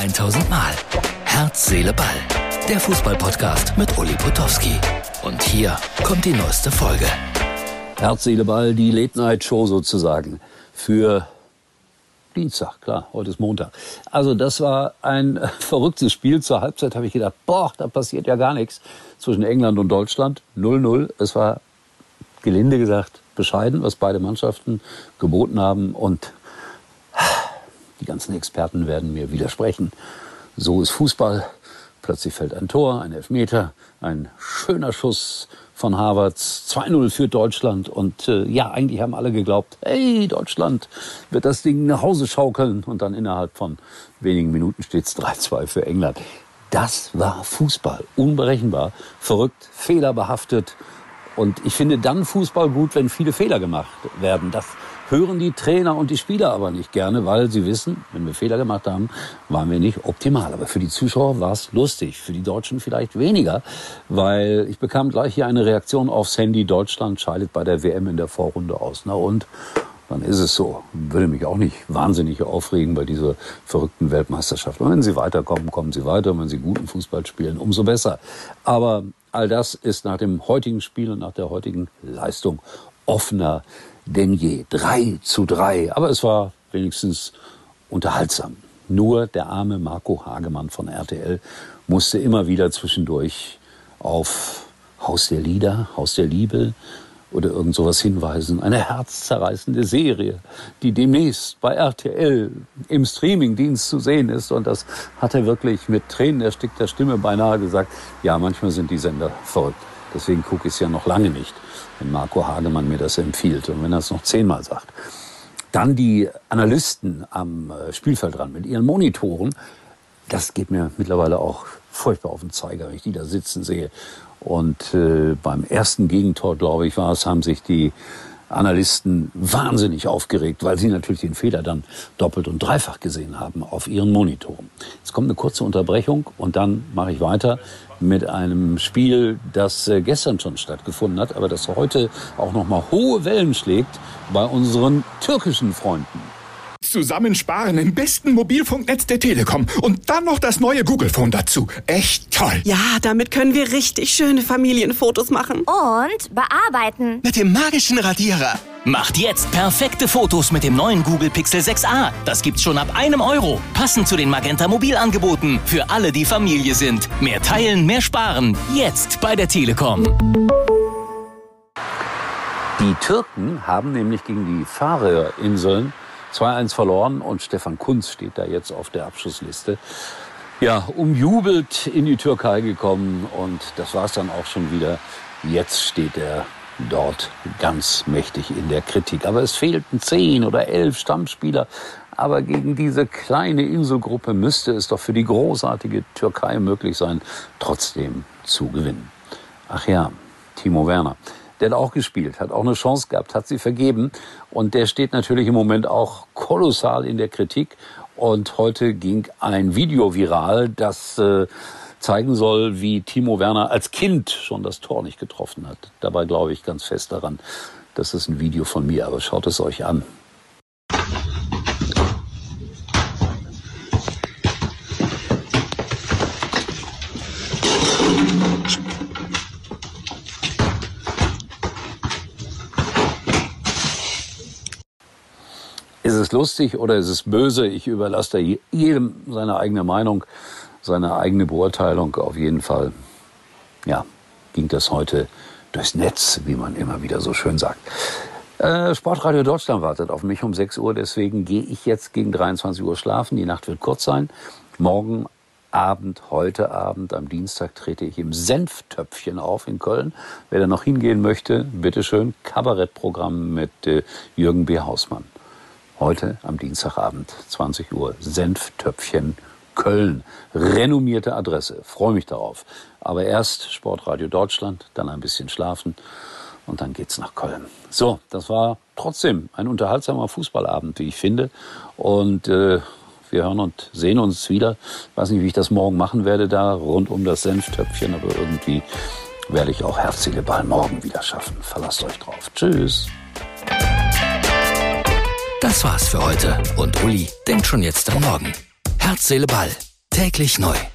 1000 Mal. Herz, Seele, Ball. Der Fußball-Podcast mit Uli Potowski. Und hier kommt die neueste Folge. Herz, Seele, Ball, die Late-Night-Show sozusagen für Dienstag, klar, heute ist Montag. Also das war ein verrücktes Spiel. Zur Halbzeit habe ich gedacht, da passiert ja gar nichts zwischen England und Deutschland. 0-0. Es war, gelinde gesagt, bescheiden, was beide Mannschaften geboten haben. Und die ganzen Experten werden mir widersprechen. So ist Fußball. Plötzlich fällt ein Tor, ein Elfmeter, ein schöner Schuss von Havertz. 2-0 für Deutschland. Und eigentlich haben alle geglaubt, hey, Deutschland wird das Ding nach Hause schaukeln. Und dann innerhalb von wenigen Minuten steht es 3-2 für England. Das war Fußball. Unberechenbar, verrückt, fehlerbehaftet. Und ich finde dann Fußball gut, wenn viele Fehler gemacht werden. Das hören die Trainer und die Spieler aber nicht gerne, weil sie wissen, wenn wir Fehler gemacht haben, waren wir nicht optimal. Aber für die Zuschauer war es lustig, für die Deutschen vielleicht weniger, weil ich bekam gleich hier eine Reaktion aufs Handy, Deutschland scheidet bei der WM in der Vorrunde aus. Na und? Dann ist es so. Würde mich auch nicht wahnsinnig aufregen bei dieser verrückten Weltmeisterschaft. Und wenn sie weiterkommen, kommen sie weiter. Und wenn sie guten Fußball spielen, umso besser. Aber all das ist nach dem heutigen Spiel und nach der heutigen Leistung offener denn je. 3-3. Aber es war wenigstens unterhaltsam. Nur der arme Marco Hagemann von RTL musste immer wieder zwischendurch auf Haus der Lieder, Haus der Liebe oder irgend sowas hinweisen. Eine herzzerreißende Serie, die demnächst bei RTL im Streamingdienst zu sehen ist. Und das hat er wirklich mit tränenerstickter Stimme beinahe gesagt. Ja, manchmal sind die Sender verrückt. Deswegen gucke ich es ja noch lange nicht, wenn Marco Hagemann mir das empfiehlt und wenn er es noch 10-mal sagt. Dann die Analysten am Spielfeldrand mit ihren Monitoren. Das geht mir mittlerweile auch furchtbar auf den Zeiger, wenn ich die da sitzen sehe. Und beim ersten Gegentor, glaube ich, haben sich die Analysten wahnsinnig aufgeregt, weil sie natürlich den Fehler dann doppelt und dreifach gesehen haben auf ihren Monitoren. Jetzt kommt eine kurze Unterbrechung und dann mache ich weiter mit einem Spiel, das gestern schon stattgefunden hat, aber das heute auch noch mal hohe Wellen schlägt bei unseren türkischen Freunden. Zusammensparen im besten Mobilfunknetz der Telekom und dann noch das neue Google-Phone dazu. Echt toll. Ja, damit können wir richtig schöne Familienfotos machen. Und bearbeiten. Mit dem magischen Radierer. Macht jetzt perfekte Fotos mit dem neuen Google Pixel 6a. Das gibt's schon ab €1. Passend zu den Magenta Mobilangeboten. Für alle, die Familie sind. Mehr teilen, mehr sparen. Jetzt bei der Telekom. Die Türken haben nämlich gegen die Färöerinseln 2-1 verloren und Stefan Kuntz steht da jetzt auf der Abschussliste. Ja, umjubelt in die Türkei gekommen und das war's dann auch schon wieder. Jetzt steht er dort ganz mächtig in der Kritik. Aber es fehlten 10 oder 11 Stammspieler. Aber gegen diese kleine Inselgruppe müsste es doch für die großartige Türkei möglich sein, trotzdem zu gewinnen. Ach ja, Timo Werner. Der hat auch gespielt, hat auch eine Chance gehabt, hat sie vergeben. Und der steht natürlich im Moment auch kolossal in der Kritik. Und heute ging ein Video viral, das zeigen soll, wie Timo Werner als Kind schon das Tor nicht getroffen hat. Dabei glaube ich ganz fest daran, das ist ein Video von mir, aber schaut es euch an. Ist es lustig oder ist es böse? Ich überlasse da jedem seine eigene Meinung, seine eigene Beurteilung. Auf jeden Fall, ja, ging das heute durchs Netz, wie man immer wieder so schön sagt. Sportradio Deutschland wartet auf mich um 6 Uhr, deswegen gehe ich jetzt gegen 23 Uhr schlafen. Die Nacht wird kurz sein. Morgen Abend, heute Abend, am Dienstag trete ich im Senftöpfchen auf in Köln. Wer da noch hingehen möchte, bitteschön, Kabarettprogramm mit Jürgen B. Hausmann. Heute am Dienstagabend, 20 Uhr, Senftöpfchen Köln. Renommierte Adresse. Freue mich darauf. Aber erst Sportradio Deutschland, dann ein bisschen schlafen und dann geht's nach Köln. So, das war trotzdem ein unterhaltsamer Fußballabend, wie ich finde. Und wir hören und sehen uns wieder. Ich weiß nicht, wie ich das morgen machen werde da rund um das Senftöpfchen, aber irgendwie werde ich auch Herz, Seele, Ball morgen wieder schaffen. Verlasst euch drauf. Tschüss. Das war's für heute und Uli denkt schon jetzt an morgen. Herz, Seele, Ball. Täglich neu.